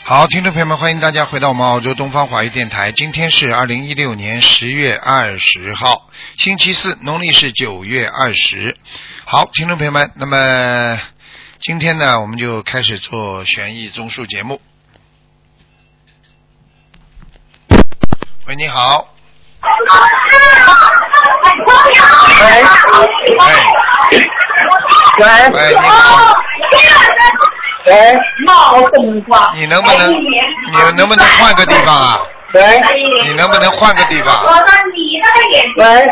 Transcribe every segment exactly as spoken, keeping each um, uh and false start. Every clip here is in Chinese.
好，听众朋友们，欢迎大家回到我们澳洲东方华语电台。今天是二零一六年十月二十号，星期四，农历是九月二十。好，听众朋友们，那么今天呢，我们就开始做悬疑综述节目。喂，你好。 喂。喂。 喂，你好。 喂。 你能不能，你能不能换个地方啊？ 喂。 你能不能换个地方？ 喂。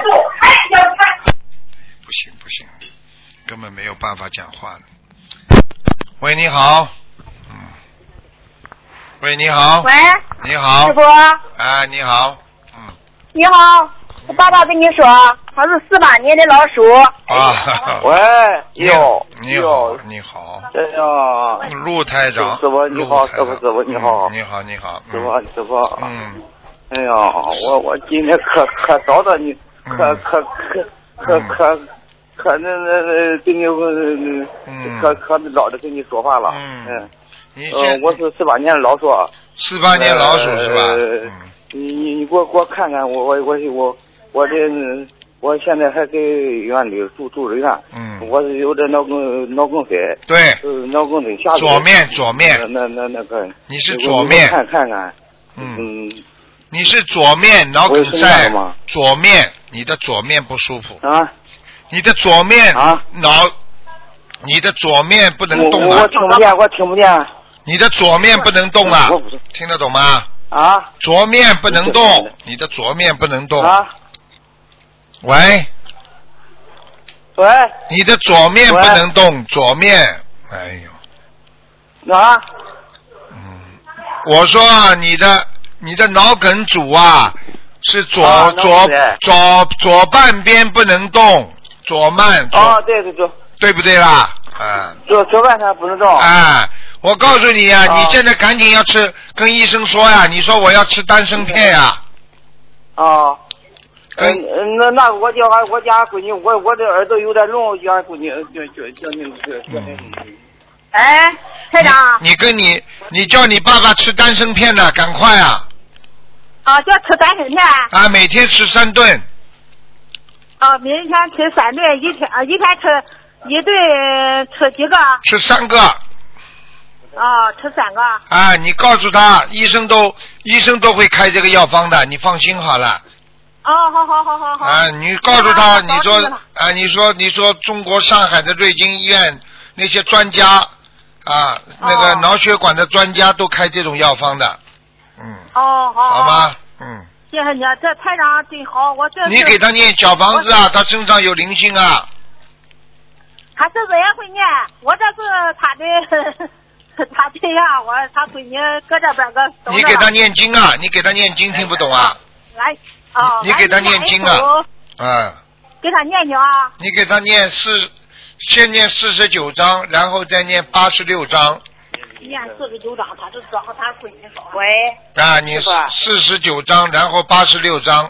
不行不行，根本没有办法讲话了。喂，你好。嗯。喂，你好。 喂。 你好。 师傅。 哎，你好。嗯。 你好，我爸爸跟你说，他是四八年的老鼠。 啊。 喂。 你好。你好。你好。 哎呀。 陆台长。 师傅你好，师傅师傅你好。 你好你好。 师傅师傅。 嗯。 哎呀，我我今天可可找到你，可可可可可可那那那跟你嗯可可老的跟你说话了。 嗯。 嗯。 你呃，我是四八年的老鼠。 四八年老鼠是吧？ 呃。你你你给我给我看看，我我我我我这我现在还给院里住住着院。 嗯。 我是有点脑梗脑梗塞。 对。 呃，脑梗塞下。 左面左面。 那那那个。 你是左面。 看看看。 嗯。 嗯。 你是左面脑梗塞，左面你的左面不舒服。 啊。 你的左面啊脑，你的左面不能动啊。 我我听不见，我听不见。 你的左面不能动啊，听得懂吗？ 啊。 左面不能动，你的左面不能动。 啊。 喂。 喂。 你的左面不能动，左面，哎呦。啊。 嗯，我说啊，你的你的脑梗阻啊，是左、啊、左左左半边不能动，左慢。 哦，对对对。 对不对啦？啊。 左左半边不能动。 哎。我告诉你呀、啊，你现在赶紧要吃，跟医生说呀、啊，你说我要吃丹参片呀、 啊。哦。嗯，那那我叫俺我家闺女，我我这耳朵有点聋，叫俺闺女叫叫叫那个叫那个。 哎，台长。 你跟你你叫你爸爸吃丹参片的，赶快啊！ 啊，叫吃丹参片。 啊，每天吃三顿。 啊，每天吃三顿，一天啊一天吃一顿吃几个？ 吃三个。 啊，吃三个。 啊，你告诉他，医生都医生都会开这个药方的，你放心好了。 哦，好好好好好。 啊，你告诉他，你说啊，你说你说中国上海的瑞金医院那些专家啊，那个脑血管的专家都开这种药方的。嗯。 哦，好。 好吗？嗯。 谢谢你，这台长真好，我这。 你给他念小房子啊，他身上有灵性啊。 他侄子也会念，我这是他的。他这样，我他闺女搁这边个。 你给他念经啊！你给他念经，听不懂啊？ 来啊！ 你给他念经啊！嗯。 给他念经啊！ 你给他念四，先念四十九章，然后再念八十六章。 念四十九章，他是找他闺女说。喂。 啊，你四十九章，然后八十六章。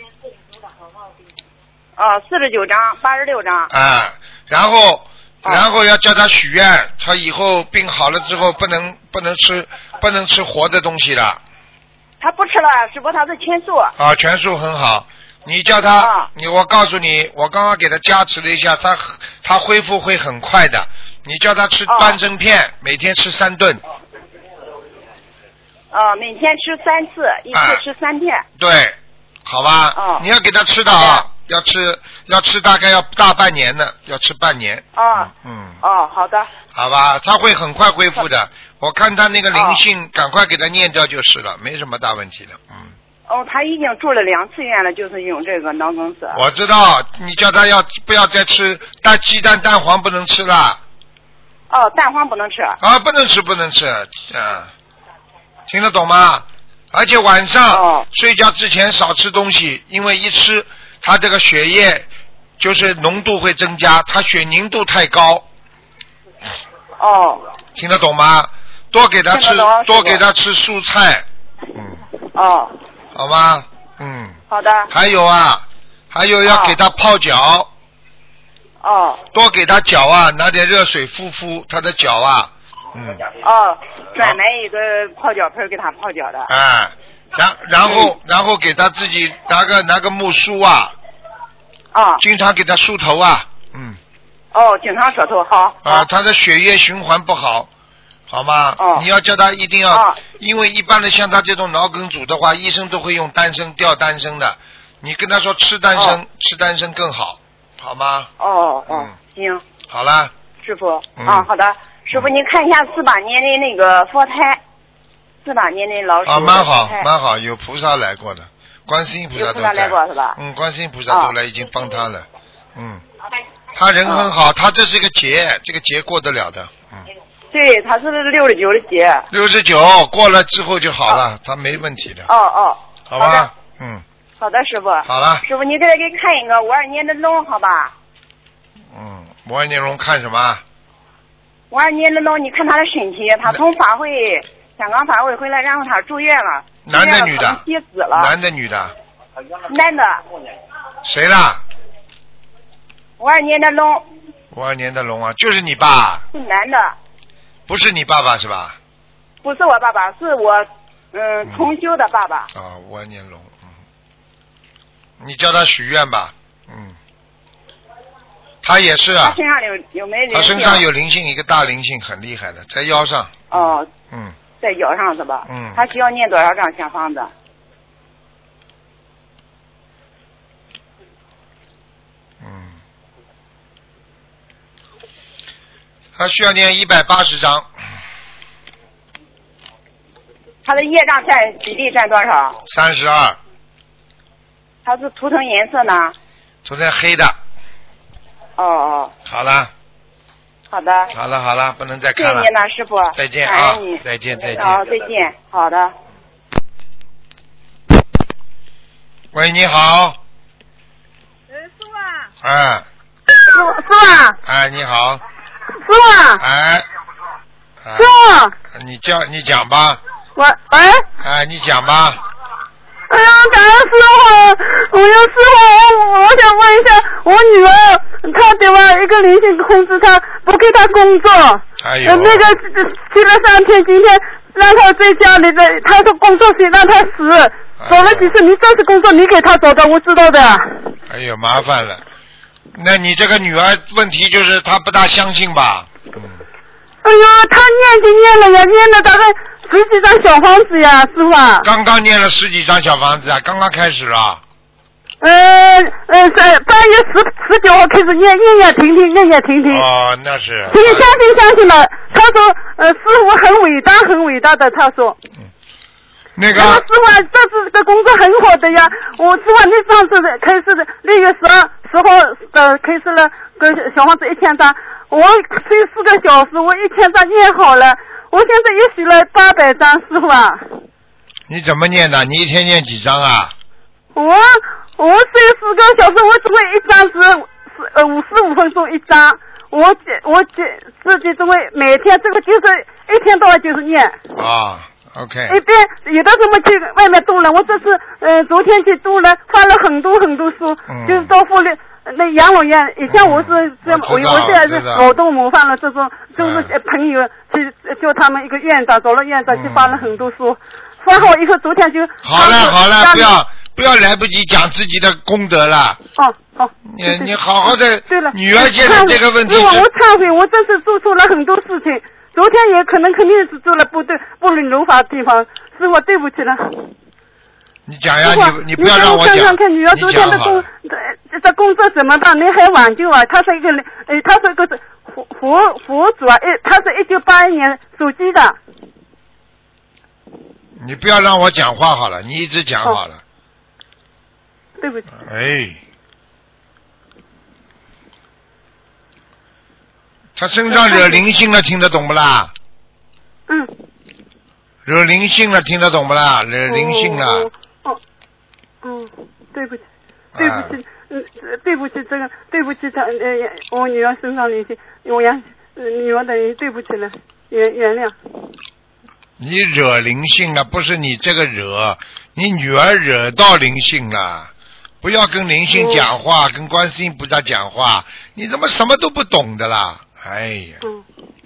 啊，四十九章，八十六章。 啊，然后。然后要叫他许愿，他以后病好了之后不能不能吃不能吃活的东西了。 他不吃了，师傅，他是全素。 啊，全素很好。你叫他，啊、你我告诉你，我刚刚给他加持了一下，他他恢复会很快的。你叫他吃丹参片，啊、每天吃三顿。 啊，每天吃三次，一次吃三片。 啊、对，好吧。啊、你要给他吃的啊。要吃要吃大概要大半年的，要吃半年。 哦。 嗯。 哦，好的。 好吧，他会很快恢复的。我看他那个灵性，哦、赶快给他念掉就是了，没什么大问题的。嗯。 哦，他已经住了两次院了，就是用这个脑梗塞。 我知道，你叫他要不要再吃蛋鸡蛋蛋黄不能吃了。 哦，蛋黄不能吃。 啊，不能吃，不能吃，啊，听得懂吗？而且晚上、哦、睡觉之前少吃东西，因为一吃。他这个血液就是浓度会增加，他血凝度太高。 哦。 听得懂吗？多给他吃，多给他吃蔬菜。嗯。 哦。 好吗？嗯。 好的。 还有啊，还有要给他泡脚。 哦。 多给他脚啊，拿点热水敷敷他的脚啊。 嗯。 哦，专买一个泡脚盆给他泡脚的。 啊，然然后然后给他自己拿个拿个木梳啊。 啊。 经常给他梳头啊，嗯。 哦，经常梳头好。 啊，他的血液循环不好。好吗？ 哦， 你要叫他一定要， 哦， 因为一般的像他这种脑梗阻的话，医生都会用丹参吊丹参的。你跟他说吃丹参，哦、吃丹参更好，好吗？ 哦哦，嗯、行。 好啦。 师傅、嗯、啊，好的，师傅您看一下四八年的那个佛台，四八年的老鼠。 啊，蛮好，蛮好，有菩萨来过的，观世音菩萨都在。 有菩萨来过是吧？ 嗯，观世音菩萨都来，已经帮他了。嗯。他人很好，他这是一个劫，这个劫过得了的。嗯。 对，他是六十九的劫。 六十九过了之后就好了，哦、他没问题的。 哦哦。 好吧。嗯。 好的，师傅。 好了。 师傅，你再给看一个五二年的龙，好吧？ 嗯，五二年龙看什么？ 五二年的龙，你看他的身体，他从法会香港法会回来，然后他住院了。 男的女的？ 跌死了。 男的女的？ 男的。 谁啦？ 五二年的龙。 五二年的龙啊，就是你爸。 是男的。 不是你爸爸是吧？ 不是我爸爸，是我嗯同修的爸爸。 啊、哦，五二年龙，嗯，你叫他许愿吧，嗯，他也是啊。 他身上有有没有灵性？ 他身上有灵性，一个大灵性，很厉害的，在腰上。 哦。 嗯。 在腰上是吧？ 嗯。 他需要念多少张小房子？ 嗯。他需要念一百八十章。 他的业障占比例占多少？ 三十二。 他是涂成颜色呢？ 涂成黑的。 哦哦。 好了。 好的。 好了好了，不能再看了。 谢谢您了，师傅。 再见啊！再见再见。 好，再见。好的。 喂，你好。 呃，师傅啊。 哎。 师傅，师傅啊。 哎，你好。 师傅啊。 哎。 师傅。 你叫你讲吧。 喂喂。 哎，你讲吧。 哎呀，感恩师傅！我要师傅，我我想问一下，我女儿她对吧，一个灵性控制她，不给她工作。 哎呦。 呃、那个去了三天，今天让她在家里的，她说工作是让她死，走了几次，你这次工作你给她走的，我知道的。 哎呦，麻烦了。那你这个女儿问题就是她不大相信吧？嗯。 哎呦，她念就念了呀，念了大概十几张小房子呀，师傅啊。 刚刚念了十几张小房子啊，刚刚开始啊。 呃呃，在八月十十九号开始念，念念停停，念念停停。 哦，那是。 请相信相信了，他说呃师傅很伟大很伟大的，他说。 嗯。那个。 师傅啊，这次的工作很好的呀，我师傅你上次开始的六月十二十号的开始了，跟小房子一千张，我睡四个小时，我一千张念好了，我现在又许了八百张，师傅啊。 你怎么念的？你一天念几张啊？ 我我睡四个小时，我只会一张是呃五十五分钟一张，我我自己只会每天这个就是一天到晚就是念。 啊。OK。 一边有的时候去外面读了，我这次呃昨天去读了，翻了很多很多书， 嗯、 就是到护理那养老院。以前我是这、嗯、我我现在是脑洞模范了，这种就是朋友去叫他们一个院长，找了院长去翻了很多书，翻好以后昨天就好了好了，不要不要来不及讲自己的功德了。 哦好。 你你好好的。 对了。 女儿现在这个问题是。 我忏悔，我真是做错了很多事情。昨天也可能肯定是做了不对不能如法的地方，是我对不起了。 你讲呀，你你不要让我讲。 你看看女儿昨天的工这这工作怎么办？你还挽救啊？他是一个呃，他是一个佛佛佛祖啊，一他是一九八一年属鸡的。 你不要让我讲话好了，你一直讲好了。哦、 对不起。 哎。他身上惹灵性了，听得懂不啦？ 嗯。 惹灵性了，听得懂不啦？惹灵性了。 哦。哦。嗯，对不起，对不起，嗯、啊，对不起，这个对不起他呃，我女儿身上灵性，我呀，女儿等于对不起了，原原谅。 你惹灵性了，不是你这个惹，你女儿惹到灵性了。不要跟灵性讲话，嗯、跟观世音菩萨讲话，你怎么什么都不懂的啦？哎呀， 嗯，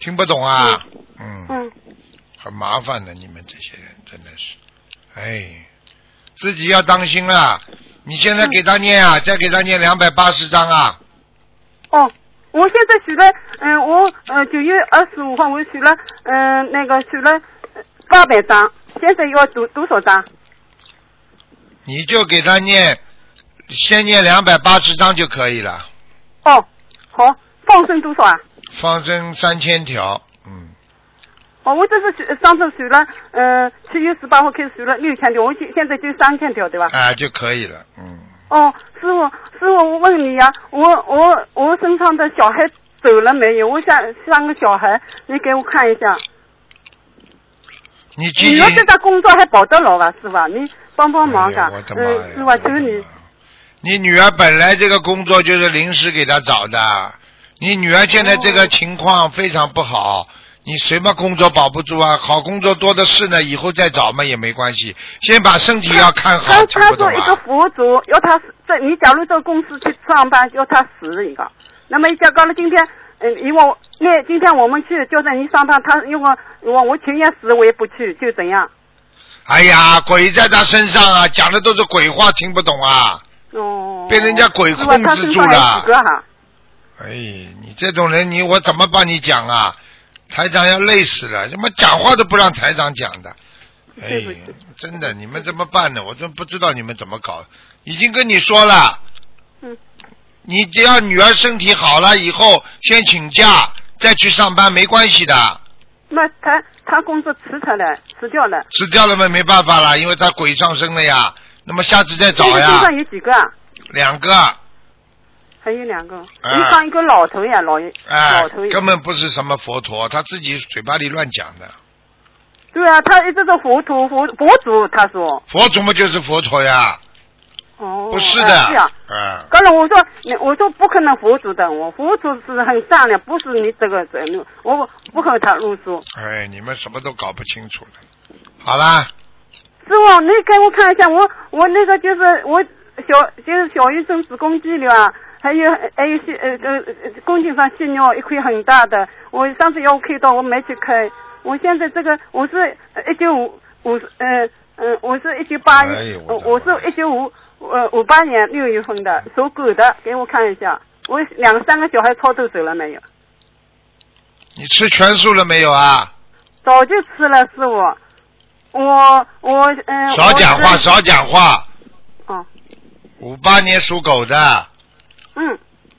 听不懂啊？嗯。 嗯。 很麻烦的，你们这些人真的是，哎，自己要当心啊！你现在给他念啊，嗯、再给他念两百八十章啊。 哦，我现在许了，嗯，我呃九月二十五号我许了，嗯、呃，那个许了八百章，现在要多多少章？ 你就给他念，先念两百八十章就可以了。 哦，好，放生多少啊？ 放生三千条，嗯。 哦，我这是许上次许了，呃，七月十八号开始许了六千条，我现现在就三千条，对吧？ 啊，就可以了，嗯。 哦，师傅，师傅，我问你呀、啊，我我我身上的小孩走了没有？我想像个小孩，你给我看一下。 你记你要在这工作还保得了吧，是吧？你帮帮忙的， 哎、 嗯，是吧？求你。 你女儿本来这个工作就是临时给她找的，你女儿现在这个情况非常不好。你什么工作保不住啊？好工作多的是呢，以后再找嘛也没关系。先把身体要看好。 他他说一个佛祖要他在你假如这个公司去上班要他死一个，那么一家搞了今天嗯，因为我那今天我们去就在你上班，他因为我我情愿死我也不去，就怎样？ 哎呀，鬼在他身上啊，讲的都是鬼话，听不懂啊。 哦。 被人家鬼控制住了。 他几个哈？ 哎，你这种人，你我怎么帮你讲啊？台长要累死了，怎么讲话都不让台长讲的？哎，真的，你们怎么办呢？我真不知道你们怎么搞。已经跟你说了， 嗯， 你只要女儿身体好了以后，先请假再去上班没关系的。 那他他工作辞他了，辞掉了。 辞掉了嘛，没办法了，因为他鬼上身了呀。那么下次再找呀。 身上有几个啊？ 两个。 还有两个，你像一个老头呀，老哎， 老头根本不是什么佛陀，他自己嘴巴里乱讲的。 对啊，他一直是佛陀佛佛祖，他说。 佛祖嘛就是佛陀呀。 哦。 不是的。 是啊。 嗯。 刚才我说，我说不可能佛祖的，我佛祖是很善良，不是你这个人，我不和他入书。 哎，你们什么都搞不清楚了。好啦。 师傅，你给我看一下，我我那个就是我小就是小医生子宫肌瘤啊。还有还有些呃呃宫颈上血尿一块很大的，我上次要开刀我没去开，我现在这个我是一九五五呃嗯我是一九八一，我是一九五呃五八年六月份的，属狗的，给我看一下，我两三个小孩超度走了没有？ 你吃全素了没有啊？ 早就吃了，是我我我嗯、呃、 少讲话少讲话。 哦。 五八年属狗的。 嗯，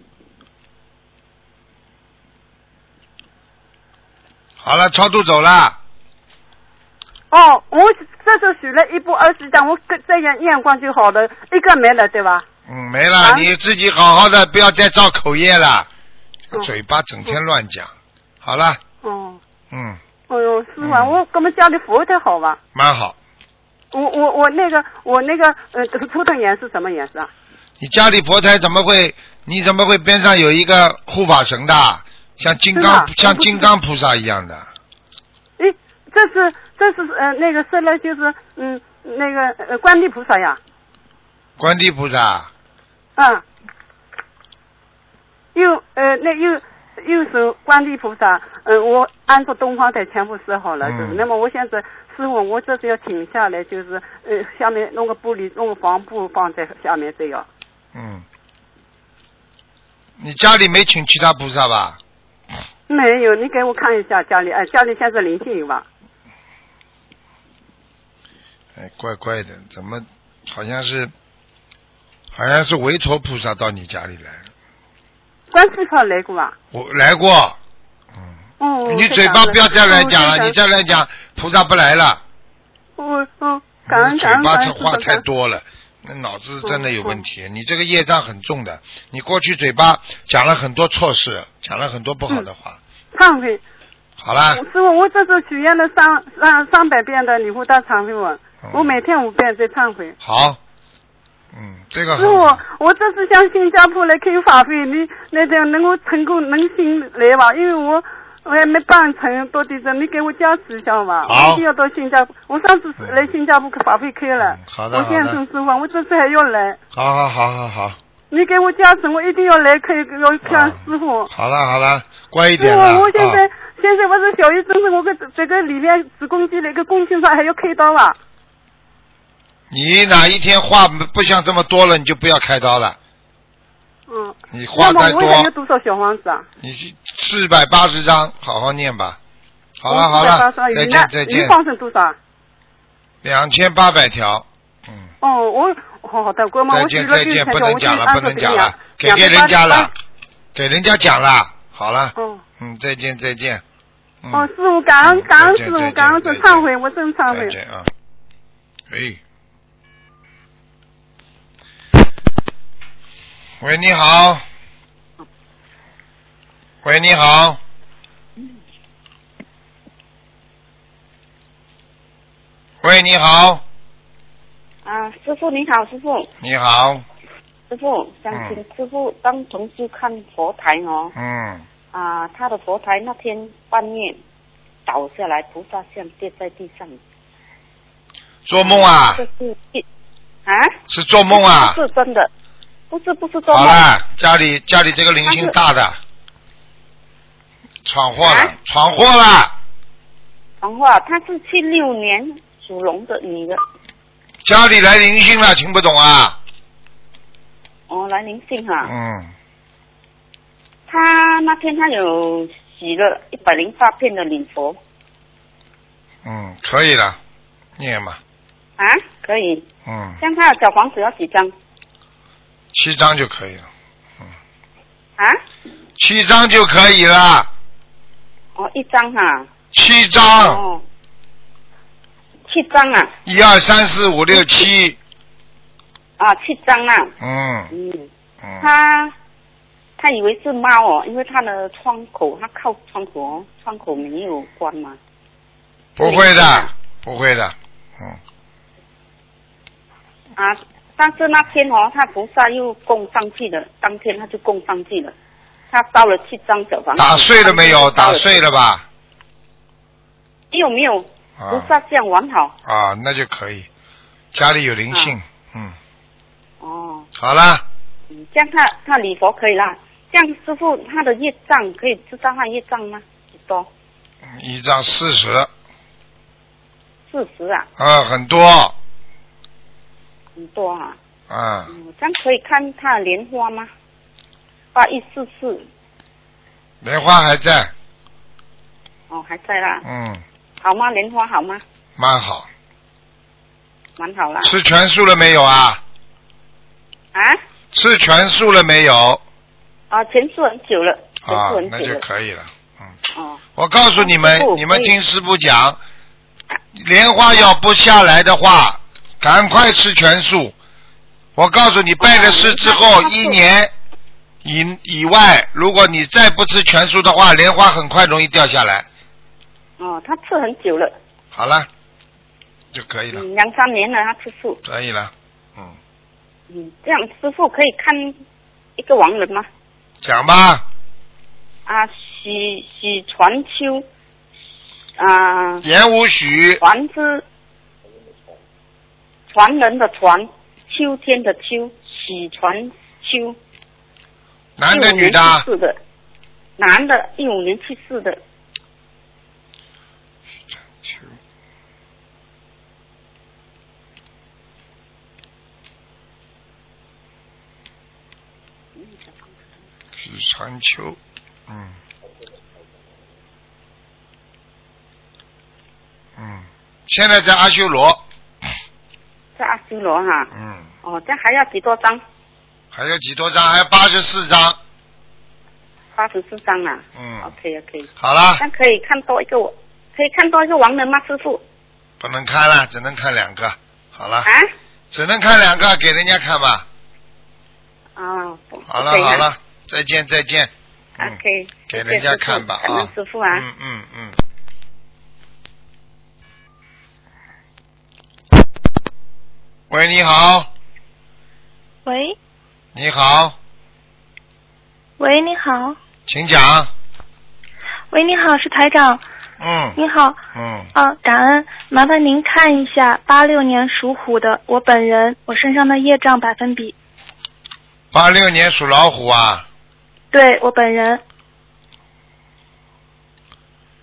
好了，超度走了。 哦，我这时候许了一部二十张，我这样验光就好了，一个没了，对吧？ 嗯，没了，啊、你自己好好的，不要再造口业了，嗯、嘴巴整天乱讲。嗯、好了。 哦。 嗯。 哎呦，师傅，嗯、我我们家里佛台好吧？ 蛮好。 我我我那个我那个呃，这个图腾颜是什么颜色啊？ 你家里佛台怎么会？你怎么会边上有一个护法神的？像金刚像金刚菩萨一样的。 诶，这是这是呃那个设了就是嗯那个呃观地菩萨呀。 观地菩萨。 嗯。右呃那右右手观地菩萨，呃我按照东方台全部设好了，嗯、就是那么我现在师傅我这是要停下来，就是呃下面弄个玻璃弄个防布放在下面这样。 嗯，你家里没请其他菩萨吧？ 没有，你给我看一下家里，哎，家里现在灵性有吧？ 哎，怪怪的，怎么好像是好像是韦陀菩萨到你家里来了？ 观世菩萨来过啊？ 我来过。嗯。 哦。 你嘴巴不要再来讲了，你再来讲菩萨不来了。 哦哦，感恩感恩。 嘴巴这话太多了。那脑子真的有问题，嗯嗯、你这个业障很重的。你过去嘴巴讲了很多错事，讲了很多不好的话。 忏悔。 好啦。 师傅，我这是许愿了三三三百遍的礼佛大忏悔文，嗯、我每天五遍在忏悔。 好。嗯，这个。 师傅，我这次向新加坡来开法会，你那点能够成功能行来吧？因为我。我也没办成，到底是你给我加持一下吧。 好。 我一定要到新加坡，我上次来新加坡法会开了。 嗯、好的。 我现在跟师傅，我这次还要来。 好好好好好。 你给我加持，我一定要来开，要看师傅。 好了好了，乖一点了。 师傅，我现在、 啊、 现在我是小鱼增生，我个这个里面子宫肌那个宫颈上还要开刀啊。 你哪一天话不像这么多了，你就不要开刀了。 嗯。 你话太多。 那么我还有多少小房子啊？ 你四百八十张，好好念吧。好了好了，再见再见。 你放生多少？ 两千八百条。嗯。 哦，我好好的，哥们， 再见再见，不能讲了不能讲了，给给人家了，给人家讲了，好了。 哦。 嗯，再见再见。 哦，师傅，感恩感恩师傅，感恩是忏悔，我真忏悔。 再见啊。哎。喂，你好。喂，你好。喂，你好。 啊，师傅你好，师傅。 你好。 师傅，想请师傅帮同修看佛台哦。 嗯。 啊，他的佛台那天半夜倒下来，菩萨像跌在地上。 做梦啊？ 这是啊？ 是做梦啊？ 不是真的，不是不是做梦。 好了，家里家里这个灵性大的，闯祸了，啊、闯祸了。 闯祸，她是七六年属龙的女的。 家里来灵性了，听不懂啊？ 哦，来灵性哈。 嗯。 他那天他有洗了一百零八片的礼佛。 嗯，可以了，念嘛。 啊，可以。 嗯。 像他的小房子要几张？ 七张就可以了。嗯。 啊？ 七张就可以了。 哦，一张哈。 七张。 哦。七张啊。 一二三四五六七。 啊，七张啊。 嗯。 嗯。 嗯。 他。他以为是猫哦，因为他的窗口，他靠窗口哦，窗口没有关嘛。 不会的，不会的，嗯。 啊，但是那天哦，他菩萨又供上去了，当天他就供上去了，他烧了七张小房子。 打碎了没有？打碎了吧？ 没有没有，菩萨像完好。 啊，那就可以，家里有灵性，啊、嗯。 哦。 好了。 嗯，这样他他礼佛可以啦。这样师傅他的业障可以知道他业障吗？几多？ 一张四十。 四十啊？ 啊，很多。 很多啊。 啊。 嗯，这样可以看他的莲花吗？八一四四。 莲花还在。 哦，还在啦。 嗯。 好吗？莲花好吗？ 蛮好。 蛮好啦。 吃全素了没有啊？ 啊？ 吃全素了没有？ 啊，全素很久了，全素很久了。 啊，那就可以了。嗯。 哦。 我告诉你们，你们听师傅讲，莲花要不下来的话，赶快吃全素。我告诉你，拜了师之后、哦、一年以以外，如果你再不吃全素的话，莲花很快容易掉下来。 哦，他吃很久了。 好了，就可以了。 嗯，两三年了，他吃素。 可以了，嗯。 嗯，这样师傅可以看一个亡人吗？ 讲吧。 啊，许许传秋，啊。 言无许。 传之，传人的传，秋天的秋，许传秋。 男的女的？ 去世的，男的，一五年去世的。 许传秋。许传秋，嗯，嗯，现在在阿修罗， 在阿修罗哈， 嗯， 哦，这样还要几多张？ 还有几多张？还有八十四张， 八十四张啊， 嗯 ，OK OK， 好了， 那可以看多一个，可以看多一个亡人吗，师傅？ 不能看了，只能看两个，好了， 啊， 只能看两个，给人家看吧， 哦， 好了好了。再见再见。 嗯、OK， 给人家看吧啊。 师傅啊。 嗯嗯嗯。喂，你好。 喂。 你好。 喂，你好。 请讲。 喂，你好，是台长。 嗯。 你好。 嗯。 啊，感恩，麻烦您看一下八六年属虎的我本人，我身上的业障百分比。 八六年属老虎啊。 对，我本人。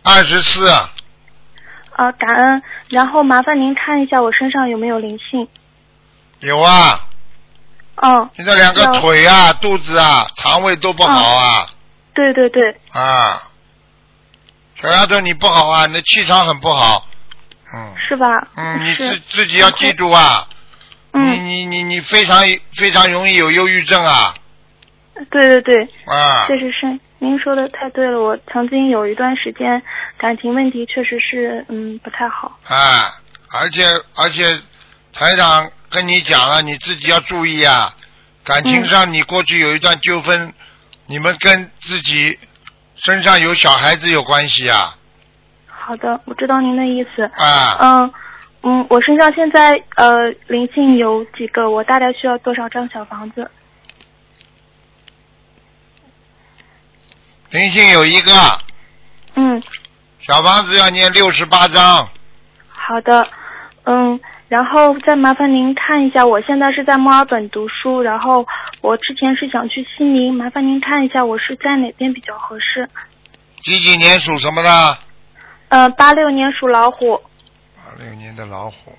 二十四。 啊，感恩。然后麻烦您看一下我身上有没有灵性。 有啊。 嗯。 你这两个腿啊、肚子啊、肠胃都不好啊。 嗯、对对对。 啊。小丫头，你不好啊，你的气场很不好。嗯。 是吧？ 嗯，你自自己要记住啊。 嗯。 你你你你非常非常容易有忧郁症啊。 对对对。 啊。 确实是。您说的太对了，我曾经有一段时间感情问题确实是嗯不太好。 啊，而且而且台长跟你讲了，你自己要注意啊，感情上你过去有一段纠纷，嗯、你们跟自己身上有小孩子有关系啊。 好的，我知道您的意思。 啊。 嗯嗯，我身上现在呃灵性有几个，我大概需要多少张小房子？ 灵性有一个， 嗯， 小房子要念六十八章。 好的，嗯，然后再麻烦您看一下，我现在是在墨尔本读书，然后我之前是想去悉尼，麻烦您看一下我是在哪边比较合适。 几几年属什么的？ 呃，八六年属老虎。 八六年的老虎。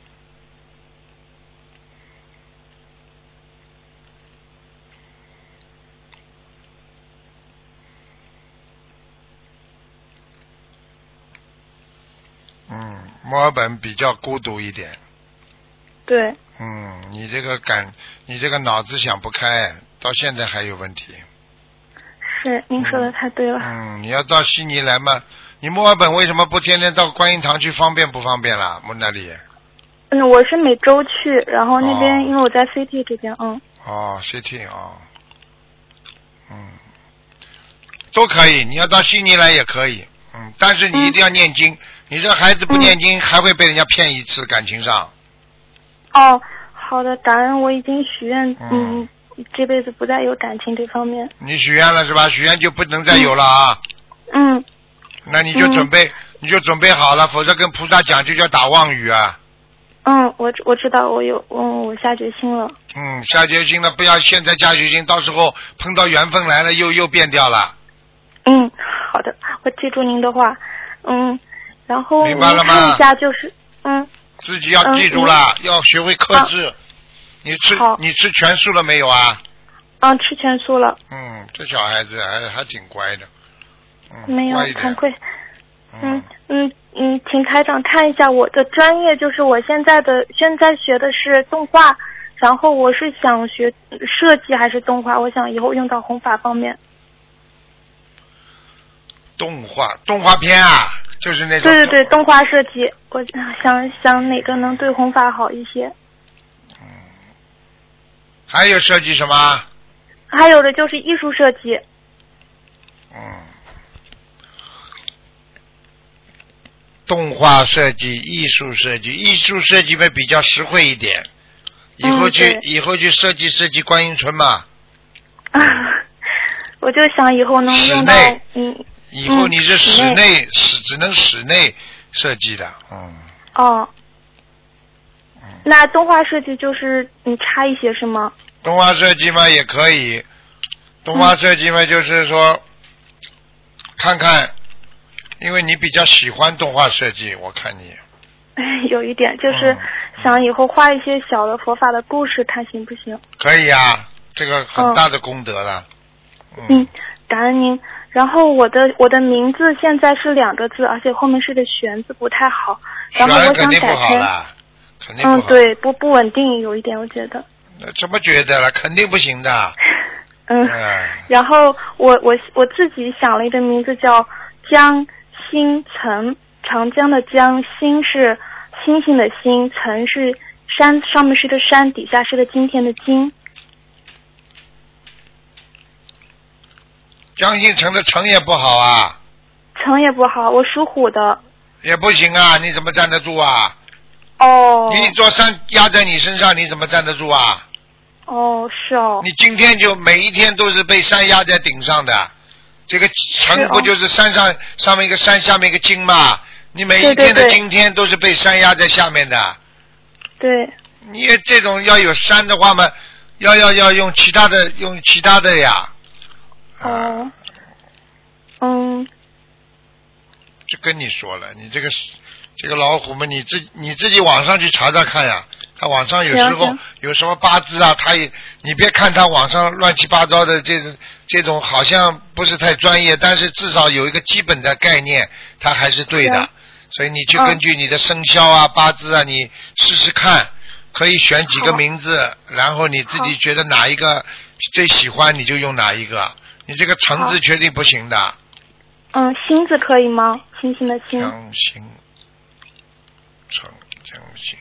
嗯，墨尔本比较孤独一点。 对。 嗯，你这个感，你这个脑子想不开，到现在还有问题。 是，您说的太对了。 嗯，你要到悉尼来嘛？你墨尔本为什么不天天到观音堂去？方便不方便啦？我那里。 嗯，我是每周去，然后那边、哦、因为我在 C T 这边，嗯。 哦 ，C T 哦。嗯。都可以，你要到悉尼来也可以，嗯，但是你一定要念经。嗯，你这孩子不念经，嗯，还会被人家骗一次感情上。 哦，好的，感恩，我已经许愿，嗯，嗯，这辈子不再有感情这方面。 你许愿了是吧？许愿就不能再有了啊。 嗯。 那你就准备，嗯，你就准备好了，否则跟菩萨讲就叫打妄语啊。 嗯，我我知道，我有，嗯，我下决心了。 嗯，下决心了，不要现在下决心，到时候碰到缘分来了，又又变掉了。 嗯，好的，我记住您的话，嗯。然后明白了吗？ 看一下就是，嗯， 自己要记住了，嗯，要学会克制。啊，你吃你吃全素了没有啊？ 嗯，吃全素了。 嗯，这小孩子还还挺乖的。嗯， 没有，惭愧。嗯嗯嗯，请台长看一下我的专业，就是我现在的现在学的是动画，然后我是想学设计还是动画？我想以后用到弘法方面。 动画动画片啊。就是那种对对对，动画设计，我想想哪个能对弘法好一些。 嗯，还有设计什么？ 还有的就是艺术设计。 嗯，动画设计、艺术设计，艺术设计会比较实惠一点。以后去、 嗯、 以后去设计设计观音村嘛。 啊，我就想以后能用到嗯。 以后你是室内，室、嗯、只能室内设计的，嗯。 哦。嗯。那动画设计就是你差一些是吗？ 动画设计嘛也可以，动画设计嘛就是说，嗯，看看，因为你比较喜欢动画设计，我看你。 有一点就是想以后画一些小的佛法的故事，看行不行？ 可以啊，这个很大的功德了。 嗯，嗯，感恩您。然后我的我的名字现在是两个字，而且后面是个玄字不太好，然后我想改成， 肯定不好。 嗯，对，不不稳定，有一点我觉得。 怎么觉得了？肯定不行的。 嗯，嗯然后我我我自己想了一个名字叫江星岑，长江的江，星是星星的星，岑是山上面是个山，底下是个今天的今。 江星岑的岑也不好啊。 岑也不好，我属虎的。 也不行啊，你怎么站得住啊？ 哦。 你一座山压在你身上，你怎么站得住啊？ 哦，是哦。 你今天就每一天都是被山压在顶上的，这个岑不就是山上、哦、上面一个山，下面一个金嘛？你每一天的今天都是被山压在下面的。 对。 你这种要有山的话嘛，要要要用其他的，用其他的呀。 哦。嗯。 就跟你说了，你这个这个老虎嘛，你自你自己网上去查查看呀。他网上有时候有什么八字啊，他也你别看他网上乱七八糟的这种这种好像不是太专业，但是至少有一个基本的概念，他还是对的。所以你去根据你的生肖啊、八字啊，你试试看，可以选几个名字，然后你自己觉得哪一个最喜欢，你就用哪一个。你这个橙字确定不行的。 嗯，星字可以吗？星星的星。 江星，橙江星。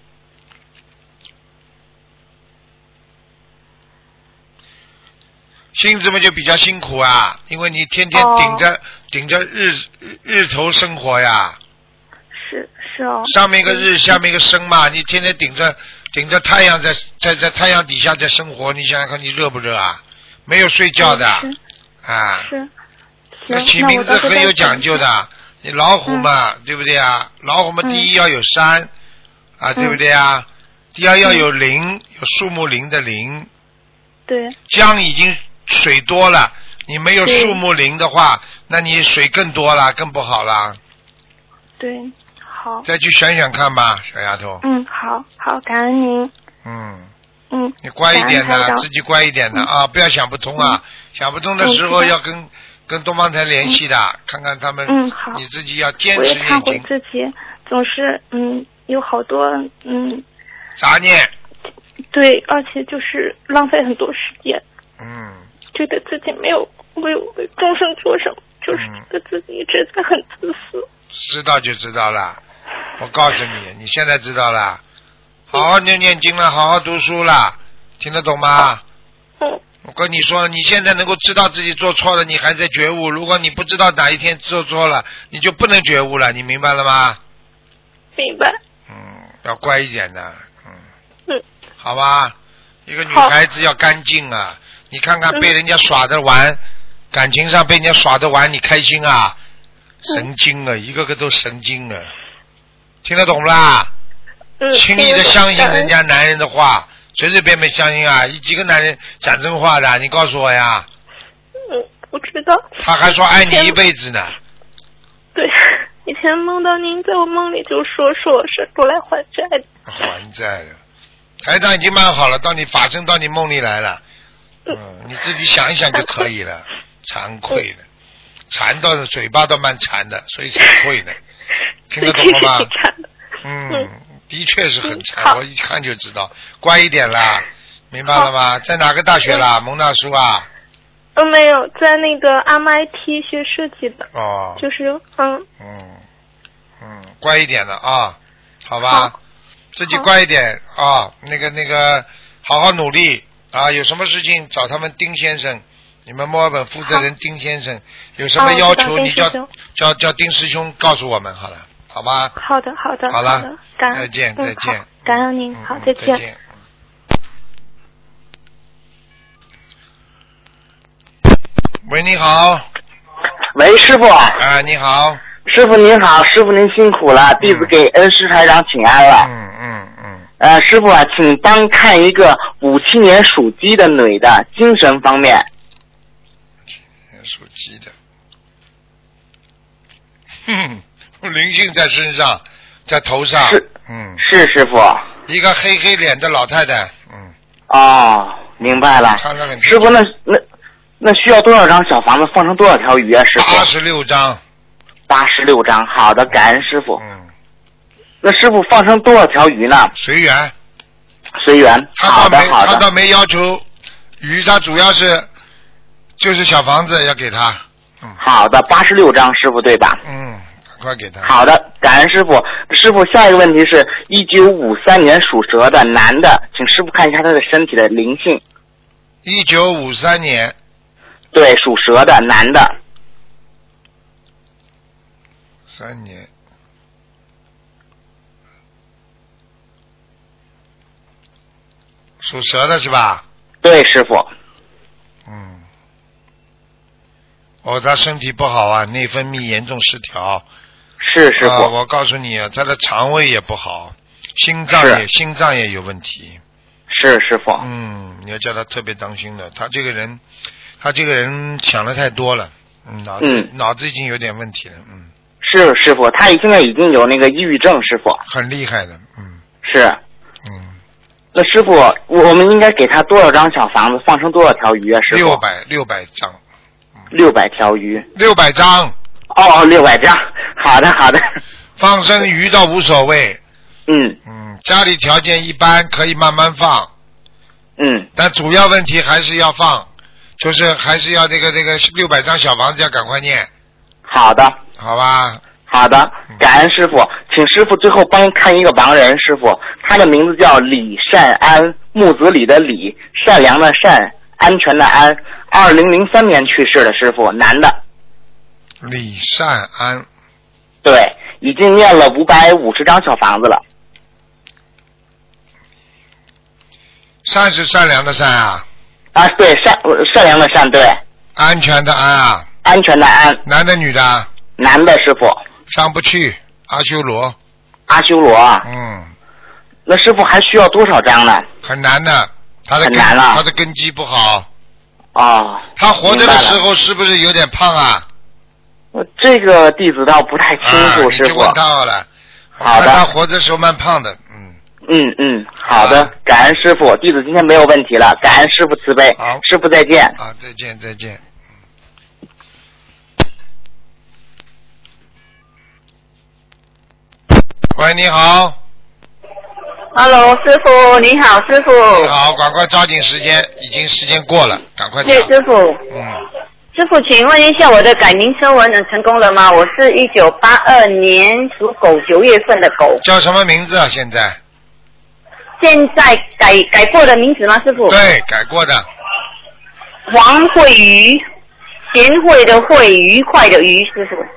星字嘛就比较辛苦啊，因为你天天顶着、哦、顶着日日头生活呀。 是是哦。 上面一个日，下面一个生嘛，你天天顶着顶着太阳在在在太阳底下在生活，你想想看，你热不热啊？没有睡觉的。 是啊。 是。 那起名字很有讲究的，你老虎嘛，嗯、对不对啊？老虎嘛，第一要有山、嗯、啊，对不对啊？嗯、第二要有林，嗯、有树木林的林。 对。 江已经水多了，你没有树木林的话，那你水更多了，更不好了。 对，好。 再去选选看吧，小丫头。 嗯，好好，感恩您。 嗯。 嗯。 你乖一点的，自己乖一点的、嗯、啊！不要想不通啊，嗯、想不通的时候要跟、嗯、跟东方台联系的，嗯、看看他们。 嗯，好。 你自己要坚持念经。我也忏悔自己，总是嗯有好多嗯。 杂念。 对，而且就是浪费很多时间。 嗯。 觉得自己没有为为众生做什么，就是觉得自己一直在很自私。 知道就知道了，我告诉你，你现在知道了，好好念念经了，好好读书了，听得懂吗？ 嗯。 我跟你说了，你现在能够知道自己做错了，你还在觉悟。如果你不知道哪一天做错了，你就不能觉悟了，你明白了吗？ 明白。 嗯，要乖一点的，嗯。 嗯。 好吧，一个女孩子要干净啊。你看看被人家耍着玩、嗯、感情上被人家耍着玩，你开心啊？神经啊、嗯、一个个都神经啊，听得懂啦？ 嗯。 轻易的相信人家男人的话，随随便便相信啊？几个男人讲真话的？你告诉我呀。 嗯，不知道。 他还说爱你一辈子呢。 对，以前梦到您在我梦里就说说我是过来还债的。 还债的。台长已经蛮好了，到你法身到你梦里来了。嗯，你自己想一想就可以了。惭愧的，馋到嘴巴都蛮馋的，所以惭愧的，听得懂了吗？嗯，的确是很馋，我一看就知道。乖一点啦，明白了吗？在哪个大学啦？蒙大叔啊？ 呃，没有，在那个 M I T 学设计的。 哦。 就是嗯。 嗯嗯，乖一点的啊，好吧。好自己乖一点啊，那个那个，好好努力啊！有什么事情找他们丁先生，你们墨尔本负责人丁先生，有什么要求你叫叫叫丁师兄告诉我们好了，好吧？ 好的，好的， 好了， 好再见，再见， 感恩您，好，再见。 再见。喂，你好。 喂，师傅。 啊，你好。 师傅您好，师傅您辛苦了，弟子给恩师台长请安了。 嗯嗯嗯。 呃，师傅啊，请帮看一个五七年属鸡的女的精神方面。 五七年属鸡的，哼，灵性在身上，在头上。 是， 嗯， 是师傅。 一个黑黑脸的老太太，嗯。 哦，明白了。 看得很师傅，那那那需要多少张小房子放成多少条鱼啊？师傅。 八十六张。 八十六张，好的，感恩师傅。 嗯， 那师傅放生多少条鱼呢？ 随缘， 随缘。好的，好的。 他倒没要求鱼，他主要是就是小房子要给他。嗯， 好的，八十六张，师傅对吧？ 嗯，赶快给他。 好的，感恩师傅。师傅，下一个问题是一九五三年属蛇的男的，请师傅看一下他的身体的灵性。 一九五三年。 对，属蛇的男的。 三年，属蛇的是吧？ 对，师傅。 嗯。哦，他身体不好啊，内分泌严重失调。 是师傅、 啊。我告诉你啊，他的肠胃也不好，心脏也心脏也有问题。 是师傅。 嗯，你要叫他特别当心的，他这个人，他这个人想的太多了，嗯，脑子、嗯、脑子已经有点问题了，嗯。 是师傅，他现在已经有那个抑郁症，师傅。 很厉害的，嗯。 是。 嗯。 那师傅，我们应该给他多少张小房子，放生多少条鱼啊？师傅。 六百六百张。 六百条鱼。 六百张。 哦，六百张。好的，好的。 放生鱼倒无所谓。 嗯。 嗯，家里条件一般，可以慢慢放。 嗯。 但主要问题还是要放，就是还是要那个那个六百张小房子要赶快念。 好的。 好吧。 好的，感恩师傅，请师傅最后帮看一个亡人，师傅，他的名字叫李善安，木子李的李，善良的善，安全的安，二零零三年去世的师傅，男的。 李善安。 对，已经念了五百五十张小房子了。 善是善良的善啊。 啊，对，善善良的善，对。 安全的安啊。 安全的安。 男的女的？ 男的，师傅。 上不去，阿修罗。 阿修罗啊。 嗯。 那师傅还需要多少张呢？ 很难的，他的很难啊， 他的根基不好。 哦。 他活着的时候是不是有点胖啊？ 这个弟子倒不太清楚， 啊、 师傅。 你就问他了。 好的。 他活着的时候蛮胖的，嗯。 嗯嗯，好的，啊、感恩师傅，弟子今天没有问题了，感恩师傅慈悲。 好， 师傅再见。 啊，再见再见。喂，你好。 Hello， 师傅，你好，师傅。 你好，赶快抓紧时间，已经时间过了，赶快讲。 对，师傅。 嗯。 师傅，请问一下，我的改名声纹成功了吗？我是一九八二年属狗，九月份的狗。 叫什么名字啊？现在？ 现在改改过的名字吗，师傅？ 对，改过的。 黄慧瑜，贤惠的惠，愉快的愉，师傅。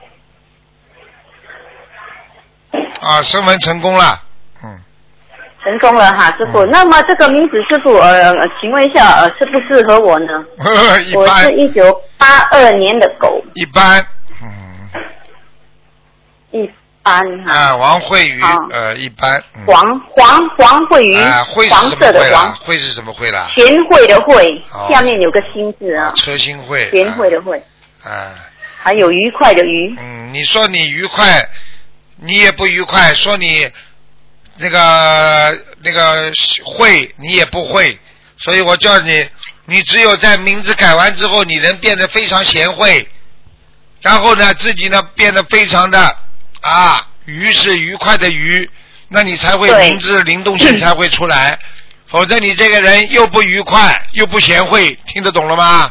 啊，声纹成功了，嗯， 成功了哈，师傅。嗯、那么这个名字，师傅，呃，请问一下，呃，适不适合我呢？ 一般。 我是一九八二年的狗。 一般，嗯。 一般哈。 啊，王慧瑜，呃，一般。嗯、 黄黄黄慧瑜。 啊，慧黄色的黄。 慧是什么慧啦？ 贤惠的惠， 哦、 下面有个心字啊。 车心慧。 贤惠的惠。 啊。 还有愉快的愉。 嗯，你说你愉快。你也不愉快，说你那个那个会，你也不会，所以我叫你，你只有在名字改完之后，你能变得非常贤惠，然后呢，自己呢变得非常的啊，愉是愉快的愉，那你才会名字灵动性才会出来，否则你这个人又不愉快又不贤惠，听得懂了吗？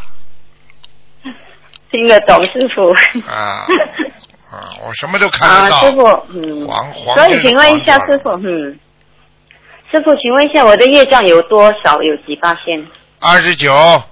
听得懂，师傅。 啊。啊，我什么都看得到。 啊，师傅，嗯。 黄黄。 所以，请问一下师傅，嗯，师傅，请问一下我的业障有多少？有几八仙？ 二十九。 啊，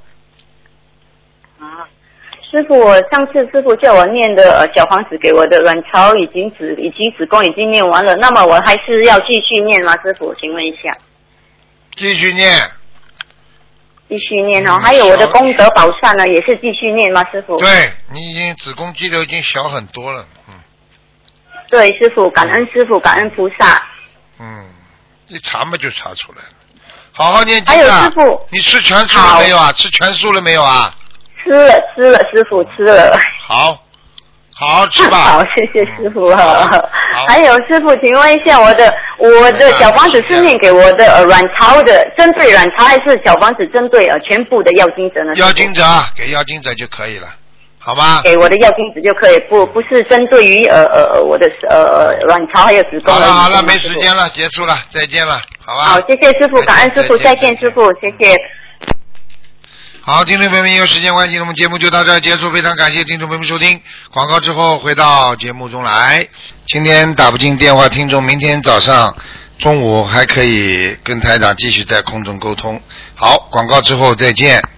师傅，我上次师傅叫我念的呃小房子给我的卵巢已经子以及子宫已经念完了，那么我还是要继续念吗？师傅，请问一下。 继续念。 继续念哦，还有我的功德宝善呢，也是继续念吗，师傅？ 对，你已经子宫肌瘤已经小很多了，嗯。 对，师傅，感恩师傅，感恩菩萨。 嗯，一查嘛就查出来了。好好念经啊！ 还有师傅， 你吃全素了没有啊？吃全素了没有啊？ 吃了，吃了，师傅吃了。 好。好好吃吧。 好，谢谢师傅。还有师傅，请问一下，我的我的小房子是念给我的呃卵巢的，针对卵巢还是小房子针对呃全部的要经者呢？ 要经者给要经者就可以了，好吗？ 给我的要经者就可以，不不是针对于呃呃我的呃卵巢还有子宫。 好了好了，没时间了，结束了，再见了，好吧？ 好，谢谢师傅，感恩师傅，再见师傅，谢谢。 好，听众朋友们，因为时间关系，我们节目就到这儿结束。非常感谢听众朋友们收听。广告之后回到节目中来。今天打不进电话，听众明天早上、中午还可以跟台长继续在空中沟通。好，广告之后再见。